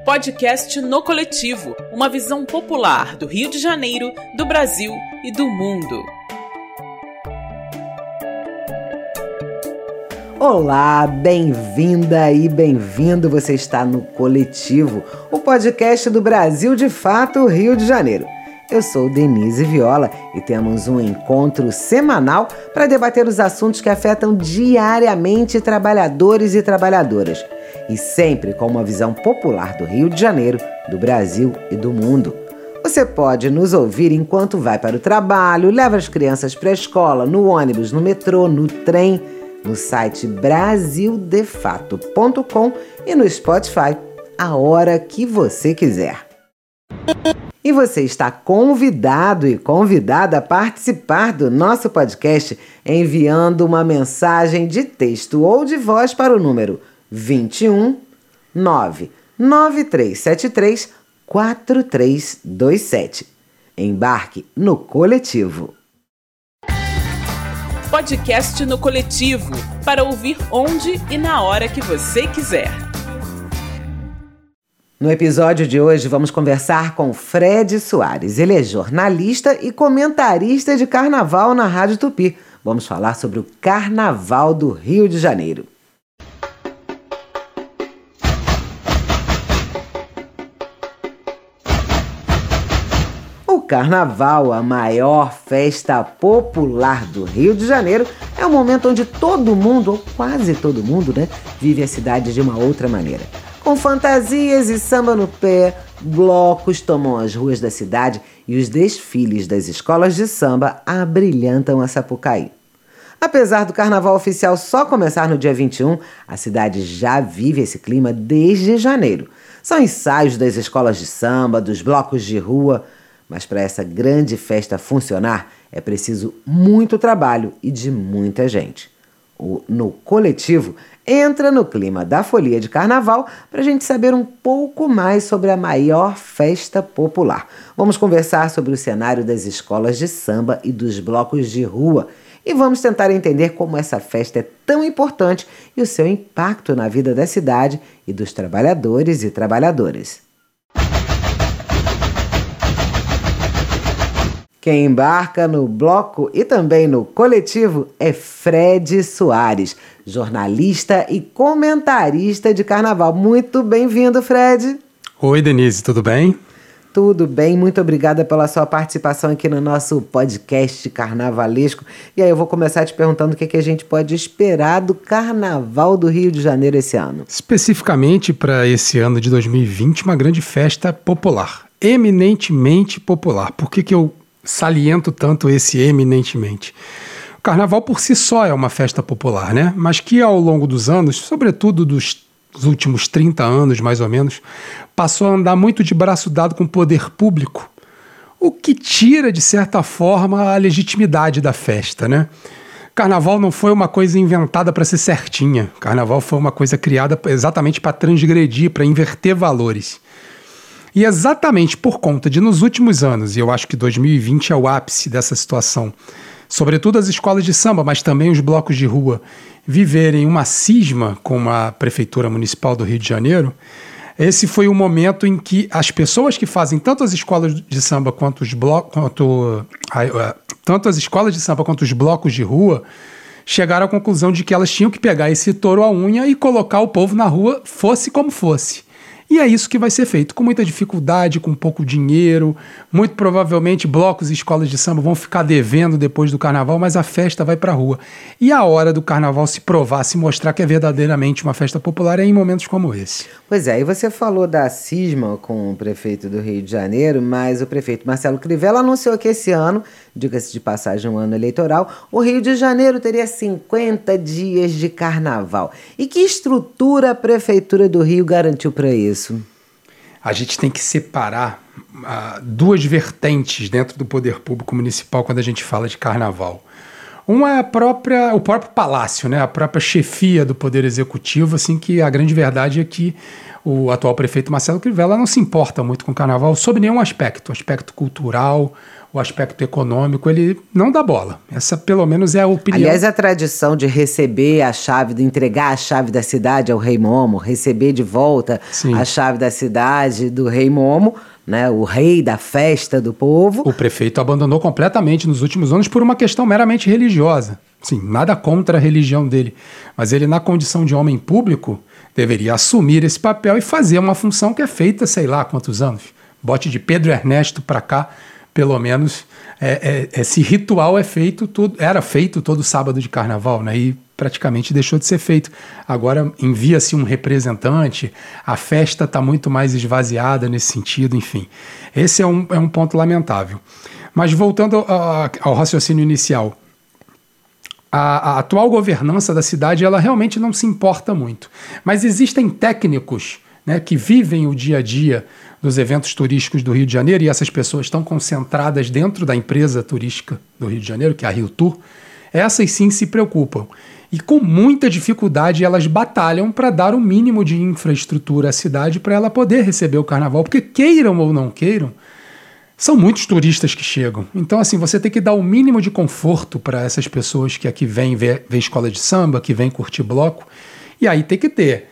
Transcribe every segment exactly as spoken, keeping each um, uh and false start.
Podcast No Coletivo, uma visão popular do Rio de Janeiro, do Brasil e do mundo. Olá, bem-vinda e bem-vindo, você está no Coletivo, o podcast do Brasil de Fato, Rio de Janeiro. Eu sou Denise Viola e temos um encontro semanal para debater os assuntos que afetam diariamente trabalhadores e trabalhadoras. E sempre com uma visão popular do Rio de Janeiro, do Brasil e do mundo. Você pode nos ouvir enquanto vai para o trabalho, leva as crianças para a escola, no ônibus, no metrô, no trem, no site brasil de fato ponto com e no Spotify, a hora que você quiser. E você está convidado e convidada a participar do nosso podcast enviando uma mensagem de texto ou de voz para o número vinte e um, nove nove três sete três, quatro três dois sete. Embarque no Coletivo. Podcast no Coletivo, para ouvir onde e na hora que você quiser. No episódio de hoje vamos conversar com Fred Soares. Ele é jornalista e comentarista de carnaval na Rádio Tupi. Vamos falar sobre o Carnaval do Rio de Janeiro. O Carnaval, a maior festa popular do Rio de Janeiro, é um momento onde todo mundo, ou quase todo mundo, né, vive a cidade de uma outra maneira. Com fantasias e samba no pé, blocos tomam as ruas da cidade e os desfiles das escolas de samba abrilhantam a Sapucaí. Apesar do carnaval oficial só começar no dia vinte e um, a cidade já vive esse clima desde janeiro. São ensaios das escolas de samba, dos blocos de rua, mas para essa grande festa funcionar é preciso muito trabalho e de muita gente. O No Coletivo entra no clima da folia de carnaval para a gente saber um pouco mais sobre a maior festa popular. Vamos conversar sobre o cenário das escolas de samba e dos blocos de rua e vamos tentar entender como essa festa é tão importante e o seu impacto na vida da cidade e dos trabalhadores e trabalhadoras. Quem embarca no bloco e também no coletivo é Fred Soares, jornalista e comentarista de carnaval. Muito bem-vindo, Fred. Oi, Denise, tudo bem? Tudo bem, muito obrigada pela sua participação aqui no nosso podcast carnavalesco. E aí eu vou começar te perguntando o que, que a gente pode esperar do Carnaval do Rio de Janeiro esse ano. Especificamente para esse ano de dois mil e vinte, uma grande festa popular, eminentemente popular. Por que que eu saliento tanto esse eminentemente? O carnaval por si só é uma festa popular, né? Mas que ao longo dos anos, sobretudo dos últimos trinta anos mais ou menos, passou a andar muito de braço dado com o poder público, o que tira de certa forma a legitimidade da festa, né? Carnaval não foi uma coisa inventada para ser certinha. Carnaval foi uma coisa criada exatamente para transgredir, para inverter valores. E exatamente por conta de, nos últimos anos, e eu acho que dois mil e vinte é o ápice dessa situação, sobretudo as escolas de samba, mas também os blocos de rua, viverem uma cisma com a Prefeitura Municipal do Rio de Janeiro, esse foi o momento em que as pessoas que fazem tanto as escolas de samba quanto os blocos, quanto, tanto as escolas de samba quanto os blocos de rua, chegaram à conclusão de que elas tinham que pegar esse touro à unha e colocar o povo na rua, fosse como fosse. E é isso que vai ser feito, com muita dificuldade, com pouco dinheiro. Muito provavelmente blocos e escolas de samba vão ficar devendo depois do carnaval, mas a festa vai para a rua. E a hora do carnaval se provar, se mostrar que é verdadeiramente uma festa popular é em momentos como esse. Pois é, e você falou da cisma com o prefeito do Rio de Janeiro, mas o prefeito Marcelo Crivella anunciou que esse ano, diga-se de passagem, um ano eleitoral, o Rio de Janeiro teria cinquenta dias de carnaval. E que estrutura a Prefeitura do Rio garantiu para isso? A gente tem que separar uh, duas vertentes dentro do poder público municipal quando a gente fala de carnaval. Uma é a própria, o próprio palácio, né? A própria chefia do poder executivo, assim, que a grande verdade é que o atual prefeito Marcelo Crivella não se importa muito com o carnaval sob nenhum aspecto, aspecto cultural o aspecto econômico, ele não dá bola. Essa, pelo menos, é a opinião. Aliás, a tradição de receber a chave, de entregar a chave da cidade ao rei Momo, receber de volta Sim. a chave da cidade do rei Momo, né, o rei da festa do povo. O prefeito abandonou completamente nos últimos anos por uma questão meramente religiosa. Sim, nada contra a religião dele, mas ele, na condição de homem público, deveria assumir esse papel e fazer uma função que é feita, sei lá, há quantos anos. Bote de Pedro Ernesto para cá, pelo menos, é, é, esse ritual é feito, todo, era feito todo sábado de carnaval, né? E praticamente deixou de ser feito. Agora envia-se um representante, a festa está muito mais esvaziada nesse sentido, enfim. Esse é um, é um ponto lamentável. Mas voltando ao, ao raciocínio inicial, a, a atual governança da cidade, ela realmente não se importa muito. Mas existem técnicos, né, que vivem o dia a dia dos eventos turísticos do Rio de Janeiro, e essas pessoas estão concentradas dentro da empresa turística do Rio de Janeiro, que é a Rio Tour. Essas sim se preocupam. E com muita dificuldade elas batalham para dar o mínimo de infraestrutura à cidade para ela poder receber o carnaval, porque queiram ou não queiram, são muitos turistas que chegam. Então, assim, você tem que dar o mínimo de conforto para essas pessoas que aqui vêm ver, ver escola de samba, que vêm curtir bloco, e aí tem que ter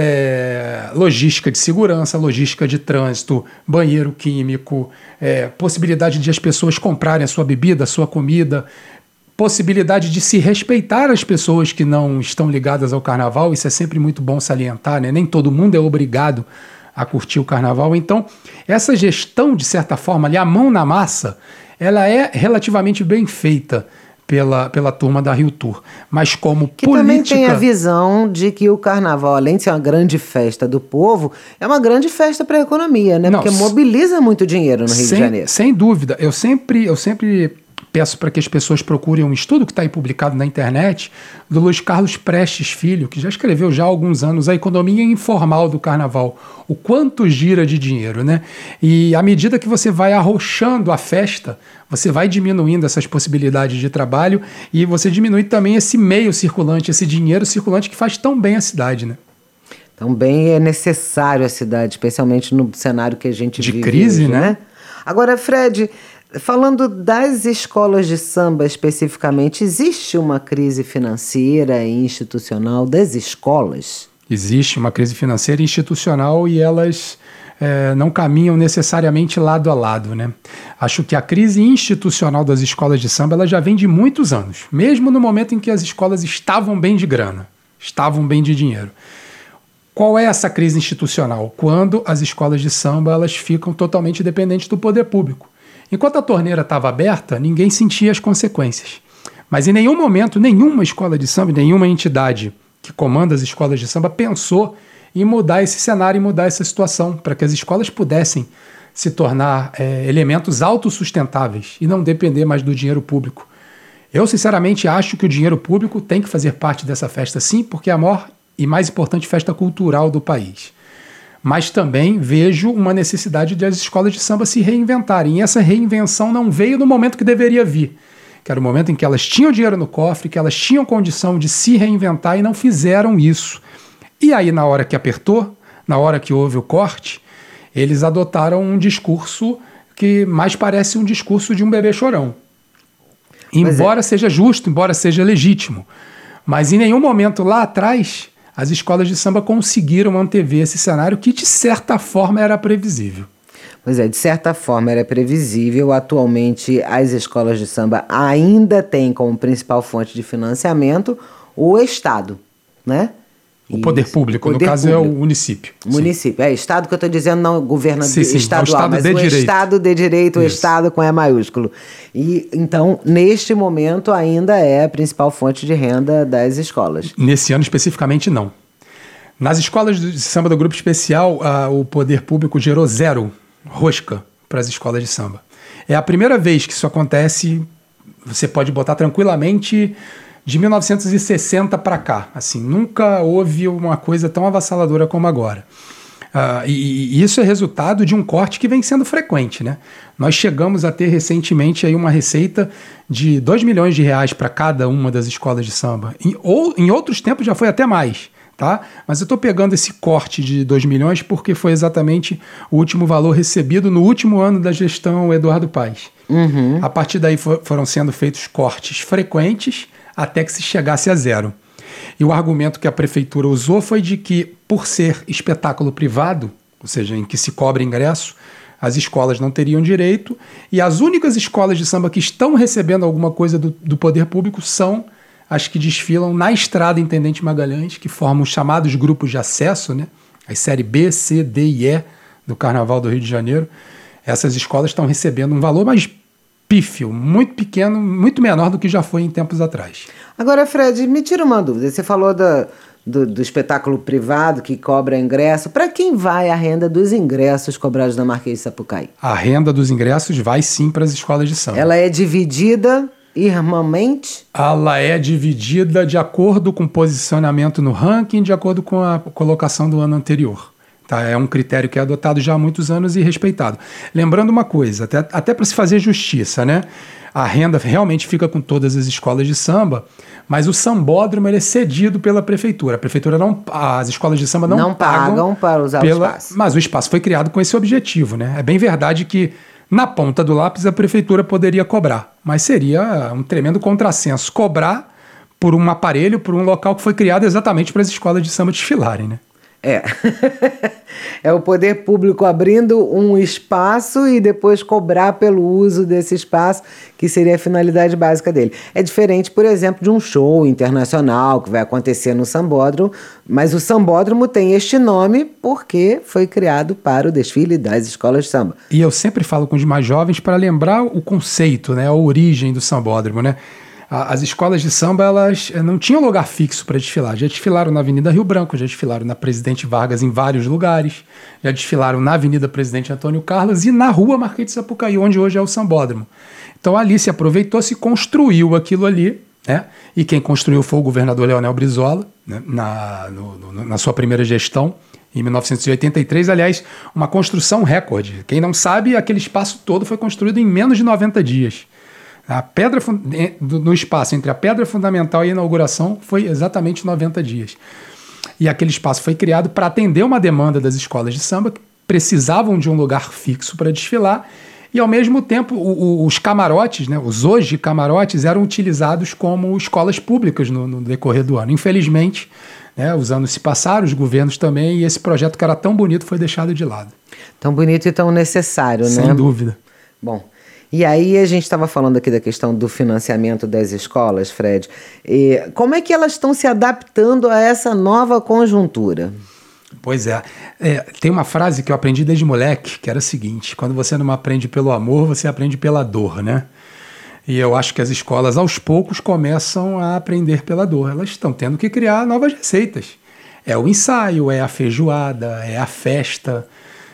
é, logística de segurança, logística de trânsito, banheiro químico, é, possibilidade de as pessoas comprarem a sua bebida, a sua comida, possibilidade de se respeitar as pessoas que não estão ligadas ao carnaval. Isso é sempre muito bom salientar, né? Nem todo mundo é obrigado a curtir o carnaval. Então, essa gestão, de certa forma, ali, a mão na massa, ela é relativamente bem feita pela, pela turma da Rio Tour. Mas como que política... também tem a visão de que o carnaval, além de ser uma grande festa do povo, é uma grande festa para a economia, né? Não, porque mobiliza muito dinheiro no Rio sem, de Janeiro. Sem dúvida. Eu sempre... Eu sempre peço para que as pessoas procurem um estudo que está aí publicado na internet, do Luiz Carlos Prestes Filho, que já escreveu já há alguns anos A Economia Informal do Carnaval, o quanto gira de dinheiro, né? E à medida que você vai arrochando a festa, você vai diminuindo essas possibilidades de trabalho e você diminui também esse meio circulante, esse dinheiro circulante que faz tão bem a cidade, né? Também é necessário a cidade, especialmente no cenário que a gente de vive crise, hoje, né? né? Agora, Fred, falando das escolas de samba especificamente, existe uma crise financeira e institucional das escolas? Existe uma crise financeira e institucional e elas é, não caminham necessariamente lado a lado, né? Acho que a crise institucional das escolas de samba ela já vem de muitos anos, mesmo no momento em que as escolas estavam bem de grana, estavam bem de dinheiro. Qual é essa crise institucional? Quando as escolas de samba elas ficam totalmente dependentes do poder público. Enquanto a torneira estava aberta, ninguém sentia as consequências. Mas em nenhum momento, nenhuma escola de samba, nenhuma entidade que comanda as escolas de samba pensou em mudar esse cenário, em mudar essa situação, para que as escolas pudessem se tornar é, elementos autossustentáveis e não depender mais do dinheiro público. Eu, sinceramente, acho que o dinheiro público tem que fazer parte dessa festa, sim, porque é a maior e mais importante festa cultural do país. Mas também vejo uma necessidade de as escolas de samba se reinventarem. E essa reinvenção não veio no momento que deveria vir, que era o momento em que elas tinham dinheiro no cofre, que elas tinham condição de se reinventar e não fizeram isso. E aí, na hora que apertou, na hora que houve o corte, eles adotaram um discurso que mais parece um discurso de um bebê chorão. Embora é. seja justo, embora seja legítimo. Mas em nenhum momento lá atrás as escolas de samba conseguiram antever esse cenário que, de certa forma, era previsível. Pois é, de certa forma era previsível. Atualmente, as escolas de samba ainda têm como principal fonte de financiamento o Estado, né? O poder Isso. público, poder no caso público. É o município. Município, sim. É Estado que eu estou dizendo, não governo sim, sim. estadual, é o mas de o direito. Estado de Direito, Isso. o Estado com E maiúsculo. E, então, neste momento, ainda é a principal fonte de renda das escolas. Nesse ano especificamente, não. Nas escolas de samba do Grupo Especial, a, o poder público gerou zero rosca para as escolas de samba. É a primeira vez que isso acontece, você pode botar tranquilamente de mil novecentos e sessenta para cá. Assim, nunca houve uma coisa tão avassaladora como agora. Uh, e, e isso é resultado de um corte que vem sendo frequente, né? Nós chegamos a ter recentemente aí uma receita de dois milhões de reais para cada uma das escolas de samba. Em, ou, em outros tempos já foi até mais. Tá? Mas eu estou pegando esse corte de dois milhões porque foi exatamente o último valor recebido no último ano da gestão Eduardo Paes. Uhum. A partir daí for, foram sendo feitos cortes frequentes até que se chegasse a zero. E o argumento que a prefeitura usou foi de que, por ser espetáculo privado, ou seja, em que se cobra ingresso, as escolas não teriam direito, e as únicas escolas de samba que estão recebendo alguma coisa do, do poder público são as que desfilam na Estrada Intendente Magalhães, que formam os chamados grupos de acesso, né? As séries B, C, D e E do Carnaval do Rio de Janeiro. Essas escolas estão recebendo um valor mais pífio, muito pequeno, muito menor do que já foi em tempos atrás. Agora, Fred, me tira uma dúvida. Você falou da, do, do espetáculo privado que cobra ingresso. Para quem vai a renda dos ingressos cobrados na Marquês de Sapucaí? A renda dos ingressos vai sim para as escolas de samba. Ela é dividida irmãmente? Ela é dividida de acordo com o posicionamento no ranking, de acordo com a colocação do ano anterior. Tá? É um critério que é adotado já há muitos anos e respeitado. Lembrando uma coisa, até, até para se fazer justiça, né? A renda realmente fica com todas as escolas de samba, mas o sambódromo ele é cedido pela prefeitura. A prefeitura não, as escolas de samba não, não pagam, pagam para usar pela, o espaço. Mas o espaço foi criado com esse objetivo, né? É bem verdade que na ponta do lápis a prefeitura poderia cobrar, mas seria um tremendo contrassenso cobrar por um aparelho, por um local que foi criado exatamente para as escolas de samba desfilarem, né? É. É o poder público abrindo um espaço e depois cobrar pelo uso desse espaço, que seria a finalidade básica dele. É diferente, por exemplo, de um show internacional que vai acontecer no Sambódromo, mas o Sambódromo tem este nome porque foi criado para o desfile das escolas de samba. E eu sempre falo com os mais jovens para lembrar o conceito, né, a origem do Sambódromo, né? As escolas de samba, elas não tinham lugar fixo para desfilar. Já desfilaram na Avenida Rio Branco, já desfilaram na Presidente Vargas em vários lugares, já desfilaram na Avenida Presidente Antônio Carlos e na Rua Marquês de Sapucaí, onde hoje é o Sambódromo. Então ali se aproveitou, se construiu aquilo ali, né? E quem construiu foi o governador Leonel Brizola, né? na, no, no, na sua primeira gestão, em mil novecentos e oitenta e três, aliás, uma construção recorde. Quem não sabe, aquele espaço todo foi construído em menos de noventa dias. A pedra no espaço entre a pedra fundamental e a inauguração foi exatamente noventa dias. E aquele espaço foi criado para atender uma demanda das escolas de samba que precisavam de um lugar fixo para desfilar e, ao mesmo tempo, o, o, os camarotes, né, os hoje camarotes, eram utilizados como escolas públicas no, no decorrer do ano. Infelizmente, né, os anos se passaram, os governos também, e esse projeto que era tão bonito foi deixado de lado. Tão bonito e tão necessário, Sem né? Sem dúvida. Bom, e aí a gente estava falando aqui da questão do financiamento das escolas, Fred. E como é que elas estão se adaptando a essa nova conjuntura? Pois é. é. Tem uma frase que eu aprendi desde moleque, que era a seguinte: quando você não aprende pelo amor, você aprende pela dor, né? E eu acho que as escolas, aos poucos, começam a aprender pela dor. Elas estão tendo que criar novas receitas. É o ensaio, é a feijoada, é a festa.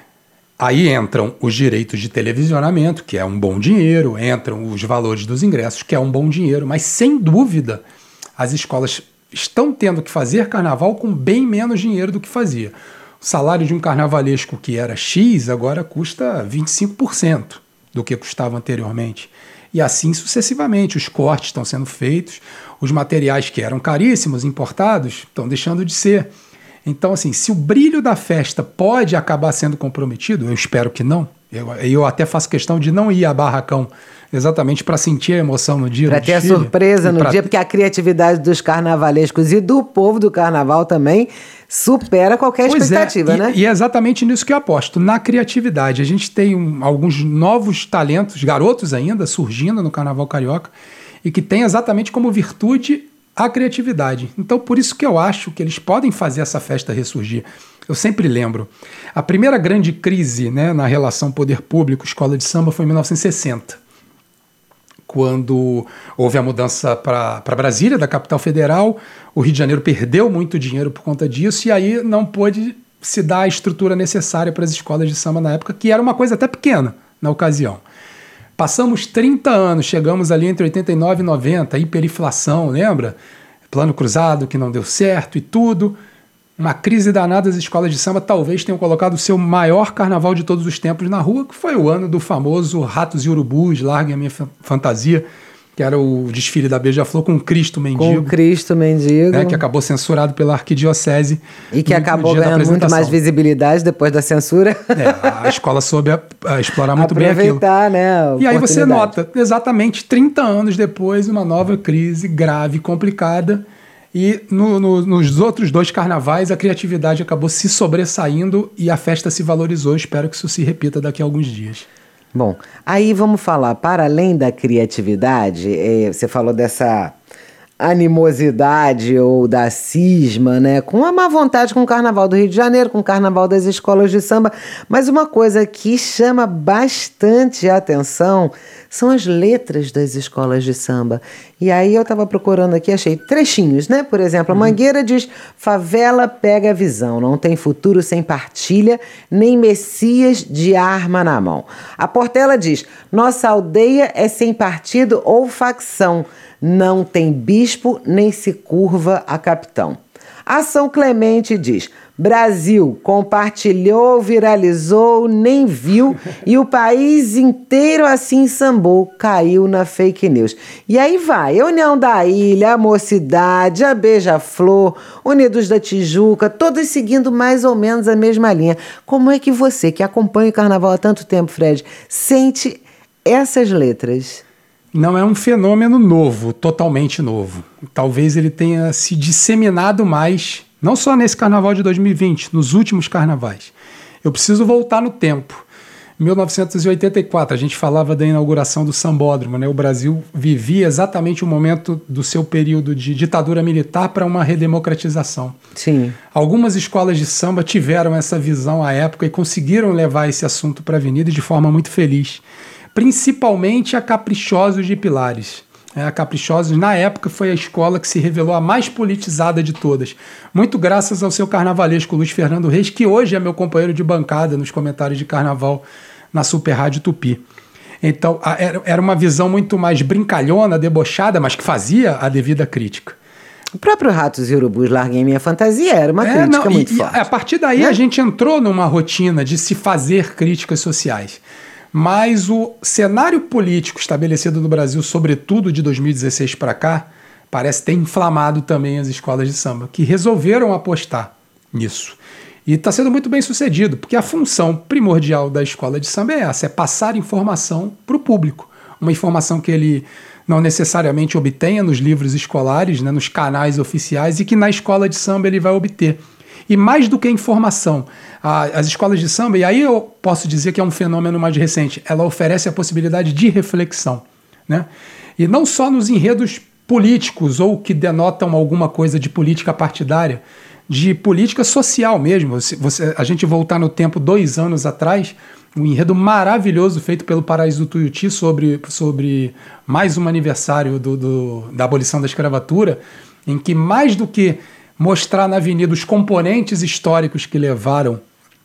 Aí entram os direitos de televisionamento, que é um bom dinheiro, entram os valores dos ingressos, que é um bom dinheiro, mas sem dúvida as escolas estão tendo que fazer carnaval com bem menos dinheiro do que fazia. O salário de um carnavalesco que era X agora custa vinte e cinco por cento do que custava anteriormente. E assim sucessivamente, os cortes estão sendo feitos, os materiais que eram caríssimos, importados, estão deixando de ser. Então, assim, se o brilho da festa pode acabar sendo comprometido, eu espero que não. Eu, eu até faço questão de não ir a barracão exatamente para sentir a emoção no dia do desfile. Para ter a surpresa no pra... dia, porque a criatividade dos carnavalescos e do povo do carnaval também supera qualquer pois expectativa, é, né? E, e é exatamente nisso que eu aposto, na criatividade. A gente tem um, alguns novos talentos, garotos ainda, surgindo no Carnaval Carioca, e que tem exatamente como virtude a criatividade. Então, por isso que eu acho que eles podem fazer essa festa ressurgir. Eu sempre lembro, a primeira grande crise, né, na relação poder público, escola de samba, foi em mil novecentos e sessenta, quando houve a mudança para Brasília, da capital federal. O Rio de Janeiro perdeu muito dinheiro por conta disso, e aí não pôde se dar a estrutura necessária para as escolas de samba na época, que era uma coisa até pequena na ocasião. Passamos trinta anos, chegamos ali entre oitenta e nove e noventa, hiperinflação, lembra? Plano cruzado que não deu certo e tudo. Uma crise danada, as escolas de samba talvez tenham colocado o seu maior carnaval de todos os tempos na rua, que foi o ano do famoso Ratos e Urubus, Larguem a Minha Fantasia, que era o desfile da Beija-Flor com Cristo Mendigo. Com Cristo Mendigo. Né, que acabou censurado pela Arquidiocese. E que acabou ganhando muito mais visibilidade depois da censura. É, a escola soube a, a explorar muito bem aquilo. Aproveitar, né? E aí você nota, exatamente trinta anos depois, uma nova crise grave, complicada. E no, no, nos outros dois carnavais, a criatividade acabou se sobressaindo e a festa se valorizou. Espero que isso se repita daqui a alguns dias. Bom, aí vamos falar, para além da criatividade, é, você falou dessa animosidade ou da cisma, né? Com a má vontade com o Carnaval do Rio de Janeiro, com o Carnaval das escolas de samba, mas uma coisa que chama bastante a atenção são as letras das escolas de samba. E aí eu estava procurando aqui, achei trechinhos, né? Por exemplo, a Mangueira diz: favela pega a visão, não tem futuro sem partilha, nem messias de arma na mão. A Portela diz: nossa aldeia é sem partido ou facção, não tem bispo nem se curva a capitão. A São Clemente diz: Brasil compartilhou, viralizou, nem viu, e o país inteiro assim sambou, caiu na fake news. E aí vai, a União da Ilha, a Mocidade, a Beija-Flor, Unidos da Tijuca, todos seguindo mais ou menos a mesma linha. Como é que você, que acompanha o Carnaval há tanto tempo, Fred, sente essas letras? Não é um fenômeno novo, totalmente novo. Talvez ele tenha se disseminado mais, não só nesse Carnaval de dois mil e vinte, nos últimos carnavais. Eu preciso voltar no tempo. Em mil novecentos e oitenta e quatro, a gente falava da inauguração do Sambódromo, né? O Brasil vivia exatamente o momento do seu período de ditadura militar para uma redemocratização. Sim. Algumas escolas de samba tiveram essa visão à época e conseguiram levar esse assunto para a avenida de forma muito feliz. Principalmente a Caprichosos de Pilares. É, a Caprichosos, na época, foi a escola que se revelou a mais politizada de todas. Muito graças ao seu carnavalesco Luiz Fernando Reis, que hoje é meu companheiro de bancada nos comentários de carnaval na Super Rádio Tupi. Então, a, era uma visão muito mais brincalhona, debochada, mas que fazia a devida crítica. O próprio Ratos e Urubus, Larguem Minha Fantasia, era uma é, crítica não, muito e, forte. E a partir daí, né? A gente entrou numa rotina de se fazer críticas sociais. Mas o cenário político estabelecido no Brasil, sobretudo de dois mil e dezesseis para cá, parece ter inflamado também as escolas de samba, que resolveram apostar nisso. E está sendo muito bem sucedido, porque a função primordial da escola de samba é essa, é passar informação para o público. Uma informação que ele não necessariamente obtenha nos livros escolares, né, nos canais oficiais, e que na escola de samba ele vai obter. E mais do que informação, a, as escolas de samba, e aí eu posso dizer que é um fenômeno mais recente, ela oferece a possibilidade de reflexão, né? E não só nos enredos políticos ou que denotam alguma coisa de política partidária, de política social mesmo. Se você, a gente voltar no tempo dois anos atrás, um enredo maravilhoso feito pelo Paraíso do Tuiuti sobre, sobre mais um aniversário do, do, da abolição da escravatura, em que mais do que mostrar na avenida os componentes históricos que levaram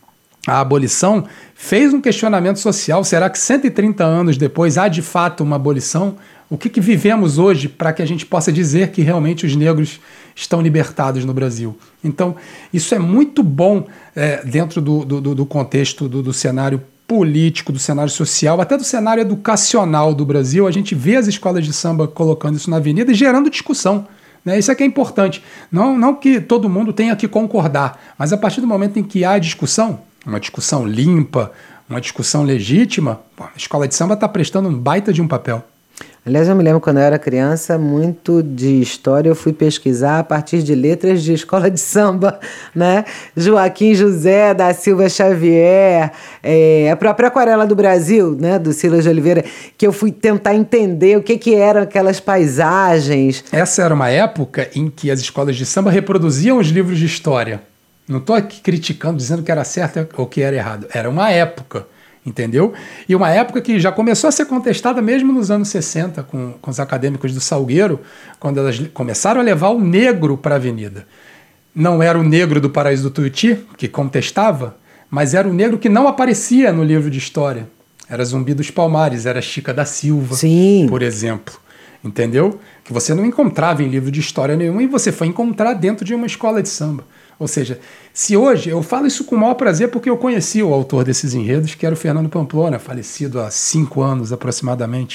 à abolição, fez um questionamento social. Será que cento e trinta anos depois há de fato uma abolição? O que, que vivemos hoje para que a gente possa dizer que realmente os negros estão libertados no Brasil? Então, isso é muito bom é, dentro do, do, do contexto do, do cenário político, do cenário social, até do cenário educacional do Brasil. A gente vê as escolas de samba colocando isso na avenida e gerando discussão. Né? Isso é que é importante. Não, não que todo mundo tenha que concordar, mas a partir do momento em que há discussão, uma discussão limpa, uma discussão legítima, a escola de samba está prestando um baita de um papel. Aliás, eu me lembro quando eu era criança, muito de história eu fui pesquisar a partir de letras de escola de samba, né? Joaquim José da Silva Xavier, é, a própria Aquarela do Brasil, né? Do Silas de Oliveira, que eu fui tentar entender o que, que eram aquelas paisagens. Essa era uma época em que as escolas de samba reproduziam os livros de história. Não estou aqui criticando, dizendo que era certo ou que era errado. Era uma época. Entendeu? E uma época que já começou a ser contestada mesmo nos anos sessenta, com, com os acadêmicos do Salgueiro, quando elas começaram a levar o negro para a avenida. Não era o negro do Paraíso do Tuiuti, que contestava, mas era o negro que não aparecia no livro de história. Era Zumbi dos Palmares, era Chica da Silva, Sim. por exemplo. Entendeu? Que você não encontrava em livro de história nenhum e você foi encontrar dentro de uma escola de samba. Ou seja, se hoje, eu falo isso com o maior prazer porque eu conheci o autor desses enredos, que era o Fernando Pamplona, falecido há cinco anos aproximadamente,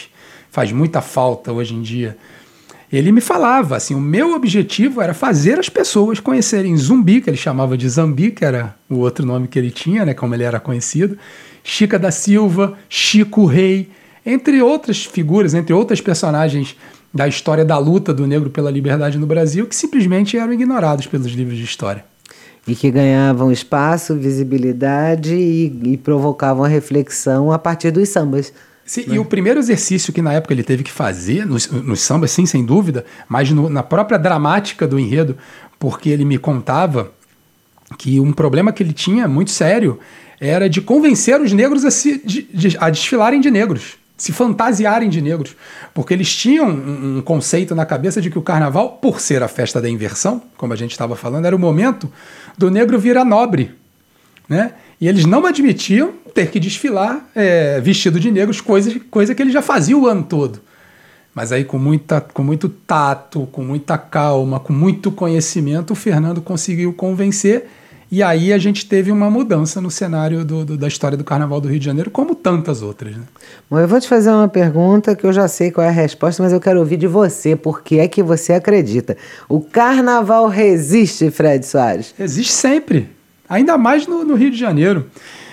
faz muita falta hoje em dia. Ele me falava, assim, o meu objetivo era fazer as pessoas conhecerem Zumbi, que ele chamava de Zambi, que era o outro nome que ele tinha, né, como ele era conhecido, Chica da Silva, Chico Rei, entre outras figuras, entre outras personagens da história da luta do negro pela liberdade no Brasil, que simplesmente eram ignorados pelos livros de história. E que ganhavam espaço, visibilidade e, e provocavam a reflexão a partir dos sambas. Sim, né? E o primeiro exercício que na época ele teve que fazer, nos, nos sambas, sim, sem dúvida, mas no, na própria dramática do enredo, porque ele me contava que um problema que ele tinha muito sério era de convencer os negros a, se, de, de, a desfilarem de negros, se fantasiarem de negros, porque eles tinham um, um conceito na cabeça de que o carnaval, por ser a festa da inversão, como a gente estava falando, era o momento do negro virar nobre, né? E eles não admitiam ter que desfilar é, vestido de negros, coisa, coisa que ele já fazia o ano todo. Mas aí com, muita, com muito tato, com muita calma, com muito conhecimento, o Fernando conseguiu convencer. E aí a gente teve uma mudança no cenário do, do, da história do Carnaval do Rio de Janeiro, como tantas outras, né? Bom, eu vou te fazer uma pergunta que eu já sei qual é a resposta, mas eu quero ouvir de você. Por que é que você acredita? O Carnaval resiste, Fred Soares? Resiste sempre. Ainda mais no, no Rio de Janeiro.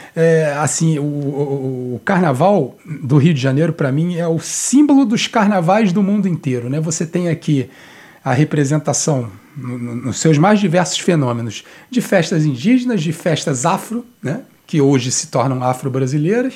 É, assim, o, o, o Carnaval do Rio de Janeiro, para mim, é o símbolo dos carnavais do mundo inteiro, né? Você tem aqui a representação no, no, nos seus mais diversos fenômenos de festas indígenas, de festas afro, né? Que hoje se tornam afro-brasileiras,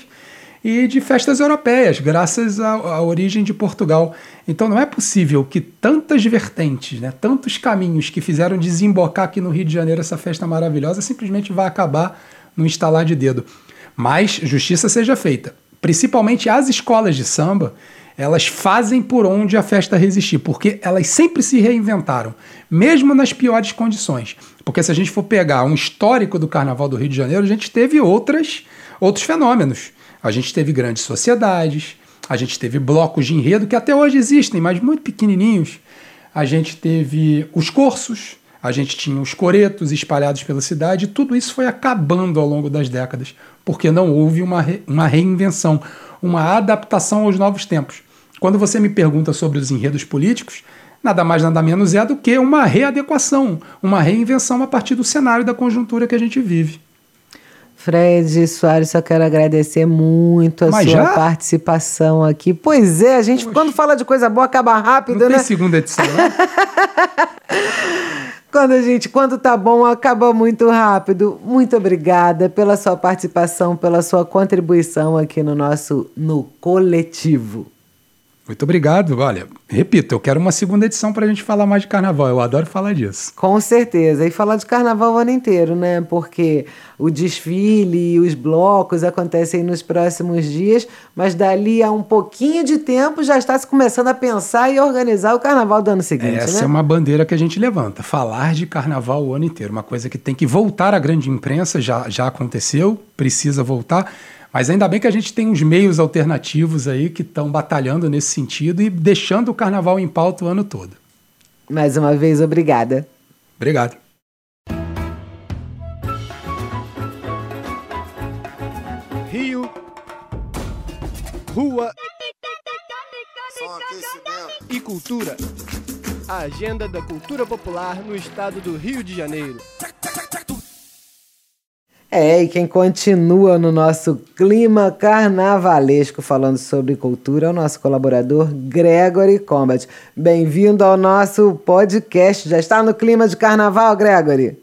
e de festas europeias, graças à, à origem de Portugal. Então não é possível que tantas vertentes, né, tantos caminhos que fizeram desembocar aqui no Rio de Janeiro essa festa maravilhosa simplesmente vá acabar num estalar de dedo. Mas justiça seja feita. Principalmente as escolas de samba, elas fazem por onde a festa resistir, porque elas sempre se reinventaram, mesmo nas piores condições. Porque se a gente for pegar um histórico do Carnaval do Rio de Janeiro, a gente teve outras, outros fenômenos. A gente teve grandes sociedades, a gente teve blocos de enredo que até hoje existem, mas muito pequenininhos. A gente teve os cursos, a gente tinha os coretos espalhados pela cidade, e tudo isso foi acabando ao longo das décadas, porque não houve uma, re, uma reinvenção, uma adaptação aos novos tempos. Quando você me pergunta sobre os enredos políticos, nada mais nada menos é do que uma readequação, uma reinvenção a partir do cenário da conjuntura que a gente vive. Fred Soares, só quero agradecer muito a Mas sua já? participação aqui. Pois é, a gente, Poxa. quando fala de coisa boa, acaba rápido, não né? Não tem segunda edição, né? Quando a gente, quando tá bom, acaba muito rápido. Muito obrigada pela sua participação, pela sua contribuição aqui no nosso No Coletivo. Muito obrigado. Olha, repito, eu quero uma segunda edição para a gente falar mais de carnaval. Eu adoro falar disso. Com certeza. E falar de carnaval o ano inteiro, né? Porque o desfile e os blocos acontecem nos próximos dias, mas dali a um pouquinho de tempo já está se começando a pensar e organizar o carnaval do ano seguinte, Essa né? é uma bandeira que a gente levanta. Falar de carnaval o ano inteiro. Uma coisa que tem que voltar à grande imprensa, já, já aconteceu, precisa voltar. Mas ainda bem que a gente tem uns meios alternativos aí que estão batalhando nesse sentido e deixando o carnaval em pauta o ano todo. Mais uma vez, obrigada. Obrigado. Rio, rua e cultura. A agenda da cultura popular no estado do Rio de Janeiro. É, e quem continua no nosso clima carnavalesco falando sobre cultura é o nosso colaborador Gregory Combat. Bem-vindo ao nosso podcast. Já está no clima de carnaval, Gregory?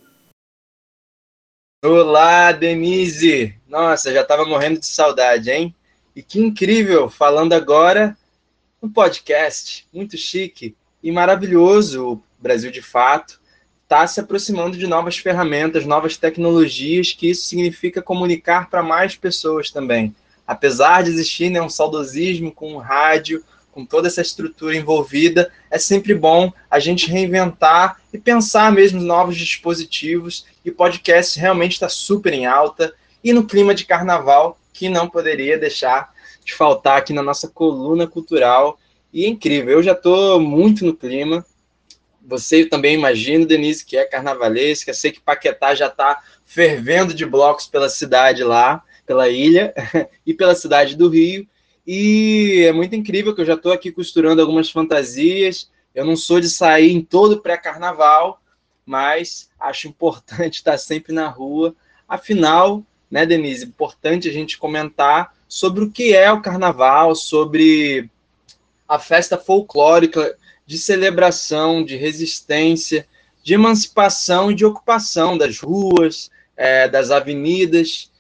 Olá, Denise! Nossa, já estava morrendo de saudade, hein? E que incrível, falando agora no podcast, muito chique e maravilhoso, o Brasil de Fato está se aproximando de novas ferramentas, novas tecnologias, que isso significa comunicar para mais pessoas também. Apesar de existir, né, um saudosismo com o rádio, com toda essa estrutura envolvida, é sempre bom a gente reinventar e pensar mesmo em novos dispositivos, e o podcast realmente está super em alta, e no clima de carnaval, que não poderia deixar de faltar aqui na nossa coluna cultural, e é incrível, eu já estou muito no clima. Você também imagina, Denise, que é carnavalesca. Sei que Paquetá já está fervendo de blocos pela cidade lá, pela ilha, e pela cidade do Rio. E é muito incrível que eu já estou aqui costurando algumas fantasias. Eu não sou de sair em todo pré-carnaval, mas acho importante estar sempre na rua. Afinal, né, Denise, importante a gente comentar sobre o que é o carnaval, sobre a festa folclórica de celebração, de resistência, de emancipação e de ocupação das ruas, é, das avenidas.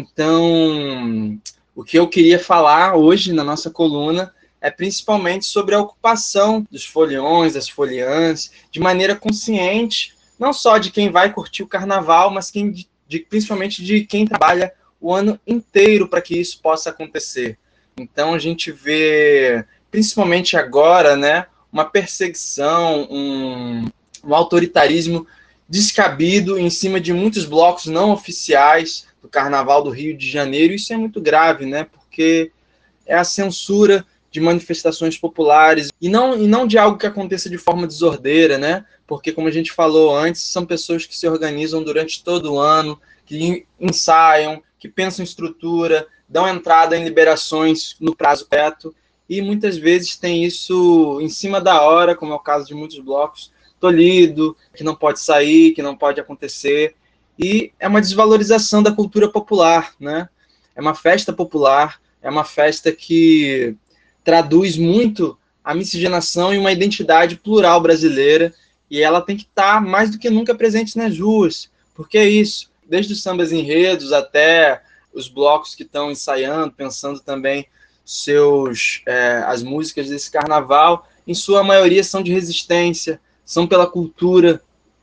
Então, o que eu queria falar hoje na nossa coluna é principalmente sobre a ocupação dos foliões, das foliãs, de maneira consciente, não só de quem vai curtir o carnaval, mas quem, de, de, principalmente de quem trabalha o ano inteiro para que isso possa acontecer. Então, a gente vê, principalmente agora, né, uma perseguição, um, um autoritarismo descabido em cima de muitos blocos não oficiais do Carnaval do Rio de Janeiro. Isso é muito grave, né? Porque é a censura de manifestações populares e não, e não de algo que aconteça de forma desordeira, né? Porque, como a gente falou antes, são pessoas que se organizam durante todo o ano, que ensaiam, que pensam em estrutura, dão entrada em liberações no prazo correto e muitas vezes tem isso em cima da hora, como é o caso de muitos blocos, tolhido, que não pode sair, que não pode acontecer. E é uma desvalorização da cultura popular, né? É uma festa popular, é uma festa que traduz muito a miscigenação e uma identidade plural brasileira, e ela tem que estar mais do que nunca presente nas ruas, porque é isso, desde os sambas enredos até os blocos que estão ensaiando, pensando também seus, é, as músicas desse carnaval, em sua maioria são de resistência, são pela cultura,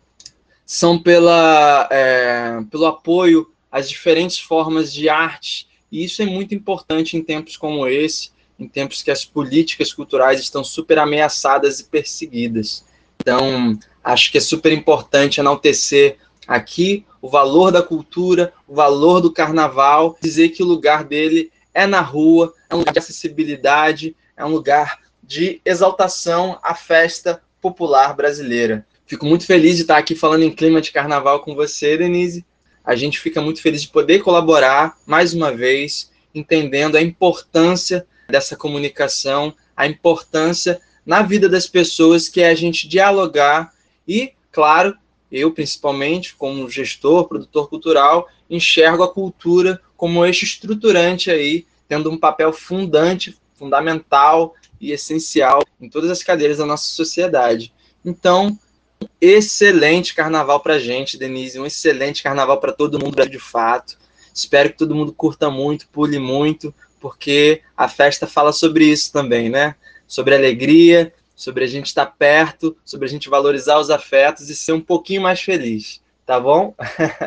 são pela, é, pelo apoio às diferentes formas de arte, e isso é muito importante em tempos como esse, em tempos que as políticas culturais estão super ameaçadas e perseguidas. Então, acho que é super importante enaltecer aqui o valor da cultura, o valor do carnaval, dizer que o lugar dele é na rua, é um lugar de acessibilidade, é um lugar de exaltação à festa popular brasileira. Fico muito feliz de estar aqui falando em clima de carnaval com você, Denise. A gente fica muito feliz de poder colaborar, mais uma vez, entendendo a importância dessa comunicação, a importância na vida das pessoas, que é a gente dialogar e, claro, eu principalmente, como gestor, produtor cultural, enxergo a cultura como eixo estruturante aí, tendo um papel fundante, fundamental e essencial em todas as cadeiras da nossa sociedade. Então, excelente carnaval pra gente, Denise, um excelente carnaval para todo mundo, de fato. Espero que todo mundo curta muito, pule muito, porque a festa fala sobre isso também, né? Sobre alegria, sobre a gente estar perto, sobre a gente valorizar os afetos e ser um pouquinho mais feliz, tá bom?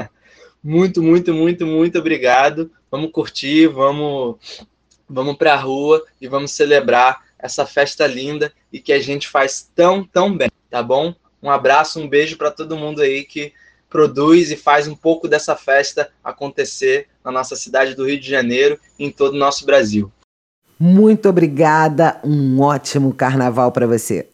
Muito, muito, muito, muito obrigado. Vamos curtir, vamos, vamos para a rua e vamos celebrar essa festa linda e que a gente faz tão, tão bem, tá bom? Um abraço, um beijo para todo mundo aí que produz e faz um pouco dessa festa acontecer na nossa cidade do Rio de Janeiro e em todo o nosso Brasil. Muito obrigada, um ótimo carnaval para você.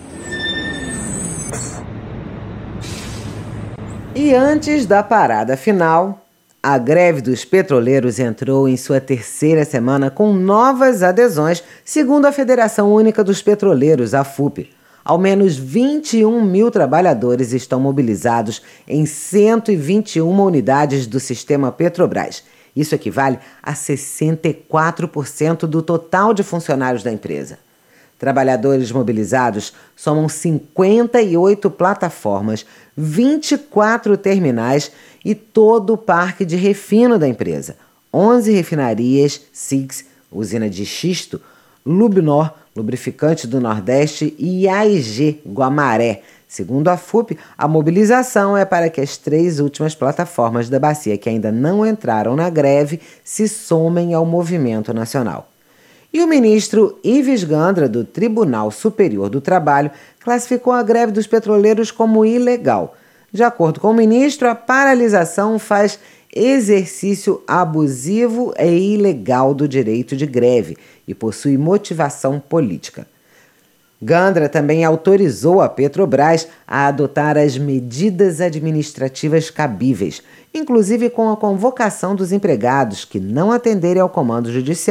E antes da parada final, a greve dos petroleiros entrou em sua terceira semana com novas adesões, segundo a Federação Única dos Petroleiros, a F U P. Ao menos vinte e um mil trabalhadores estão mobilizados em cento e vinte e uma unidades do sistema Petrobras. Isso equivale a sessenta e quatro por cento do total de funcionários da empresa. Trabalhadores mobilizados somam cinquenta e oito plataformas, vinte e quatro terminais e todo o parque de refino da empresa. onze refinarias, S I Gs, usina de xisto, Lubnor, lubrificante do Nordeste e A I G, Guamaré. Segundo a F U P, a mobilização é para que as três últimas plataformas da bacia que ainda não entraram na greve se somem ao movimento nacional. E o ministro Ives Gandra, do Tribunal Superior do Trabalho, classificou a greve dos petroleiros como ilegal. De acordo com o ministro, a paralisação faz exercício abusivo e ilegal do direito de greve e possui motivação política. Gandra também autorizou a Petrobras a adotar as medidas administrativas cabíveis, inclusive com a convocação dos empregados que não atenderem ao comando judicial,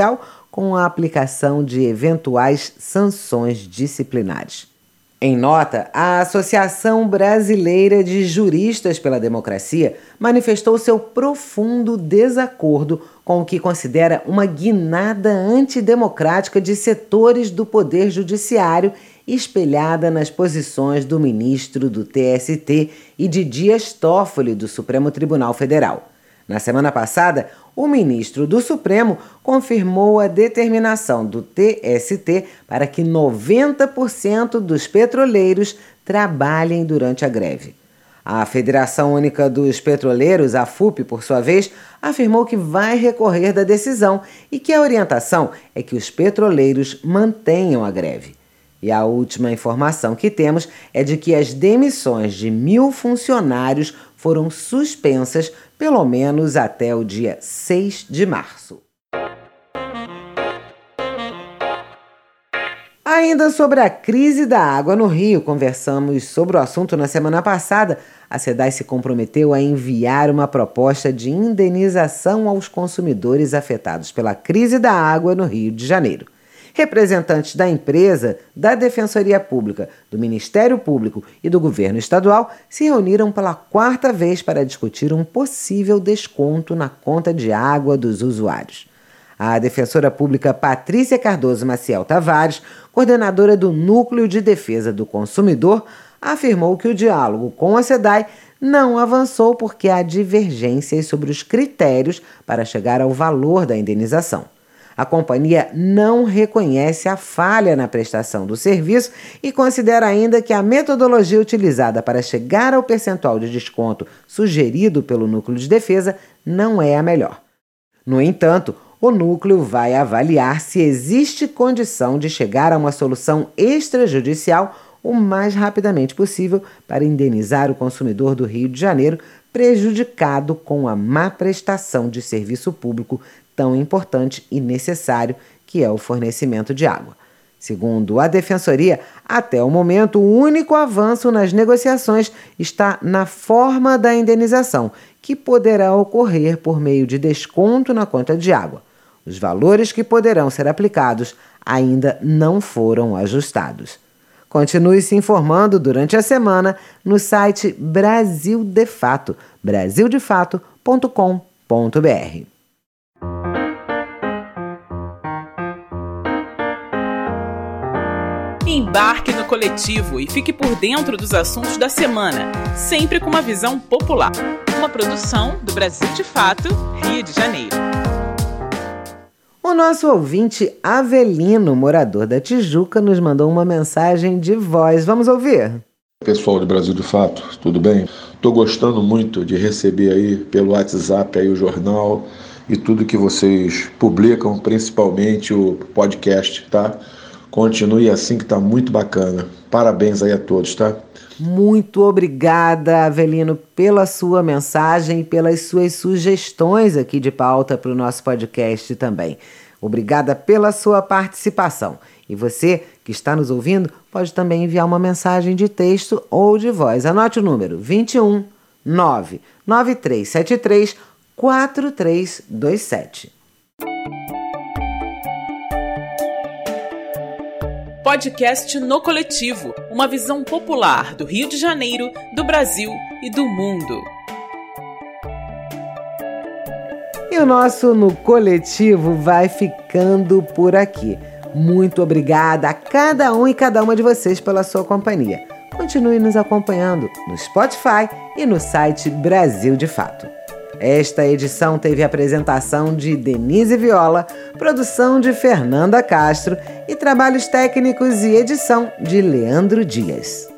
com a aplicação de eventuais sanções disciplinares. Em nota, a Associação Brasileira de Juristas pela Democracia manifestou seu profundo desacordo com o que considera uma guinada antidemocrática de setores do Poder Judiciário espelhada nas posições do ministro do T S T e de Dias Toffoli, do Supremo Tribunal Federal. Na semana passada, o ministro do Supremo confirmou a determinação do T S T para que noventa por cento dos petroleiros trabalhem durante a greve. A Federação Única dos Petroleiros, a F U P, por sua vez, afirmou que vai recorrer da decisão e que a orientação é que os petroleiros mantenham a greve. E a última informação que temos é de que as demissões de mil funcionários foram suspensas pelo menos até o dia seis de março. Ainda sobre a crise da água no Rio, conversamos sobre o assunto na semana passada. A SEDAI se comprometeu a enviar uma proposta de indenização aos consumidores afetados pela crise da água no Rio de Janeiro. Representantes da empresa, da Defensoria Pública, do Ministério Público e do Governo Estadual se reuniram pela quarta vez para discutir um possível desconto na conta de água dos usuários. A defensora pública Patrícia Cardoso Maciel Tavares, coordenadora do Núcleo de Defesa do Consumidor, afirmou que o diálogo com a SEDAI não avançou porque há divergências sobre os critérios para chegar ao valor da indenização. A companhia não reconhece a falha na prestação do serviço e considera ainda que a metodologia utilizada para chegar ao percentual de desconto sugerido pelo Núcleo de Defesa não é a melhor. No entanto, o núcleo vai avaliar se existe condição de chegar a uma solução extrajudicial o mais rapidamente possível para indenizar o consumidor do Rio de Janeiro prejudicado com a má prestação de serviço público tão importante e necessário que é o fornecimento de água. Segundo a Defensoria, até o momento, o único avanço nas negociações está na forma da indenização, que poderá ocorrer por meio de desconto na conta de água. Os valores que poderão ser aplicados ainda não foram ajustados. Continue se informando durante a semana no site Brasil de Fato, brasil de fato ponto com ponto b r. Embarque no coletivo e fique por dentro dos assuntos da semana, sempre com uma visão popular. Uma produção do Brasil de Fato, Rio de Janeiro. O nosso ouvinte Avelino, morador da Tijuca, nos mandou uma mensagem de voz. Vamos ouvir? Pessoal do Brasil de Fato, tudo bem? Estou gostando muito de receber aí pelo WhatsApp aí o jornal e tudo que vocês publicam, principalmente o podcast, tá? Continue assim que tá muito bacana. Parabéns aí a todos, tá? Muito obrigada, Avelino, pela sua mensagem e pelas suas sugestões aqui de pauta para o nosso podcast também. Obrigada pela sua participação. E você que está nos ouvindo pode também enviar uma mensagem de texto ou de voz. Anote o número vinte e um, nove nove três sete três, quatro três dois sete. Podcast No Coletivo, uma visão popular do Rio de Janeiro, do Brasil e do mundo. E o nosso No Coletivo vai ficando por aqui. Muito obrigada a cada um e cada uma de vocês pela sua companhia. Continue nos acompanhando no Spotify e no site Brasil de Fato. Esta edição teve apresentação de Denise Viola, produção de Fernanda Castro e trabalhos técnicos e edição de Leandro Dias.